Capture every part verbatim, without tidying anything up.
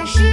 巴士。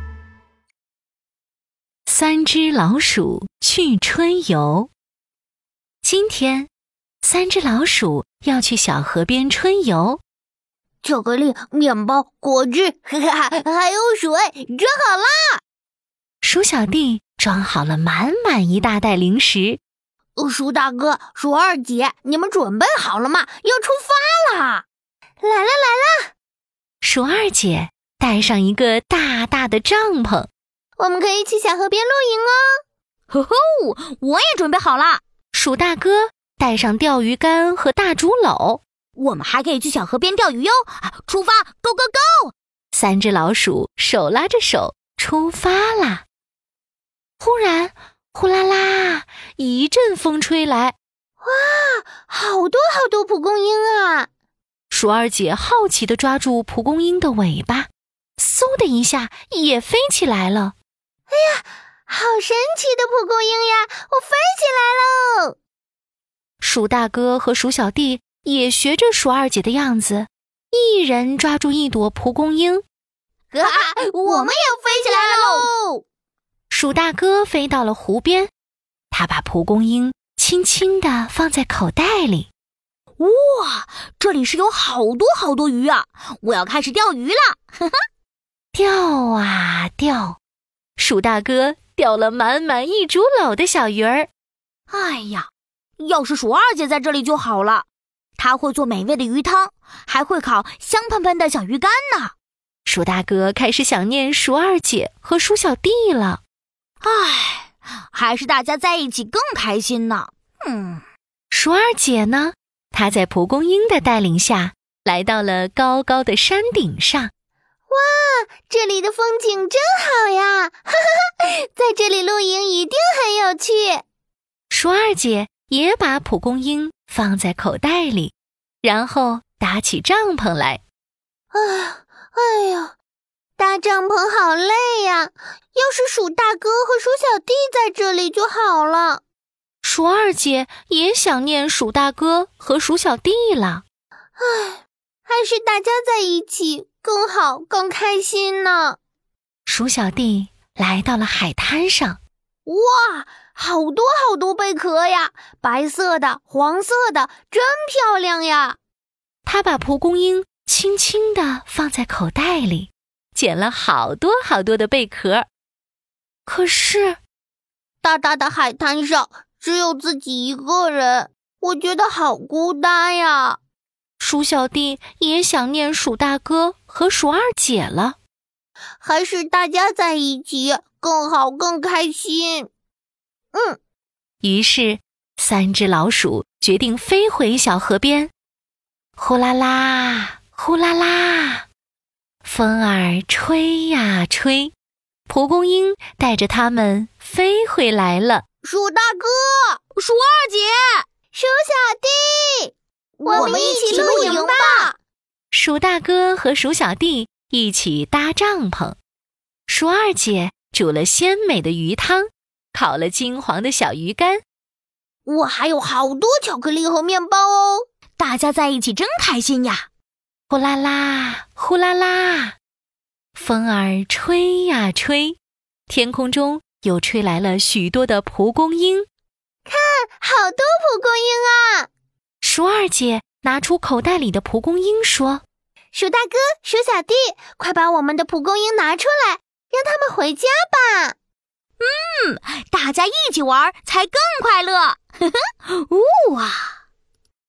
三只老鼠去春游。今天，三只老鼠要去小河边春游。 巧克力、面包、果汁，哈哈，还有水，装好啦！ 鼠小弟装好了满满一大袋零食。 鼠大哥、鼠二姐，你们准备好了吗？要出发啦！ 来了来了！ 鼠二姐带上一个大大的帐篷， 我们可以去小河边露营哦。 吼吼，我也准备好了。 鼠大哥带上钓鱼竿和大竹篓， 我们还可以去小河边钓鱼哟！出发 ，Go Go Go！ 三只老鼠手拉着手出发啦。忽然，呼啦啦，一阵风吹来， 哇，好多好多蒲公英啊！ 鼠二姐好奇地抓住蒲公英的尾巴，嗖的一下也飞起来了。 哎呀，好神奇的蒲公英呀！我飞起来喽！ 鼠大哥和鼠小弟也学着鼠二姐的样子，一人抓住一朵蒲公英。 哈哈，我们也飞起来喽！ 鼠大哥飞到了湖边，他把蒲公英轻轻地放在口袋里。 哇，这里是有好多好多鱼啊！我要开始钓鱼了！哈哈， 钓啊钓，鼠大哥钓了满满一竹篓的小鱼儿。 哎呀，要是鼠二姐在这里就好了，她会做美味的鱼汤，还会烤香喷喷的小鱼干呢。 鼠大哥开始想念鼠二姐和鼠小弟了。 唉，还是大家在一起更开心呢。嗯， 鼠二姐呢？她在蒲公英的带领下，来到了高高的山顶上。 哇，这里的风景真好呀！哈哈，在这里露营一定很有趣。 鼠二姐也把蒲公英放在口袋里，然后搭起帐篷来。 哎呀，哎呀，搭帐篷好累呀！要是鼠大哥和鼠小弟在这里就好了。 鼠二姐也想念鼠大哥和鼠小弟了。 唉，还是大家在一起更好更开心呢。 鼠小弟来到了海滩上。 哇，好多好多贝壳呀，白色的、黄色的，真漂亮呀！ 他把蒲公英轻轻地放在口袋里，捡了好多好多的贝壳。可是， 大大的海滩上只有自己一个人，我觉得好孤单呀。 鼠小弟也想念鼠大哥和鼠二姐了。 还是大家在一起更好更开心。嗯， 于是三只老鼠决定飞回小河边。呼啦啦，呼啦啦，风儿吹呀吹，蒲公英带着它们飞回来了。 鼠大哥，鼠二姐， 鼠小弟， 我们一起露营吧！ 鼠大哥和鼠小弟一起搭帐篷，鼠二姐煮了鲜美的鱼汤，烤了金黄的小鱼干。 我还有好多巧克力和面包哦！大家在一起真开心呀！ 呼啦啦，呼啦啦，风儿吹呀吹，天空中又吹来了许多的蒲公英。 看，好多蒲公英啊！ 鼠二姐拿出口袋里的蒲公英说： 鼠大哥，鼠小弟，快把我们的蒲公英拿出来，让他们回家吧。 嗯，大家一起玩才更快乐。呵呵，呜啊！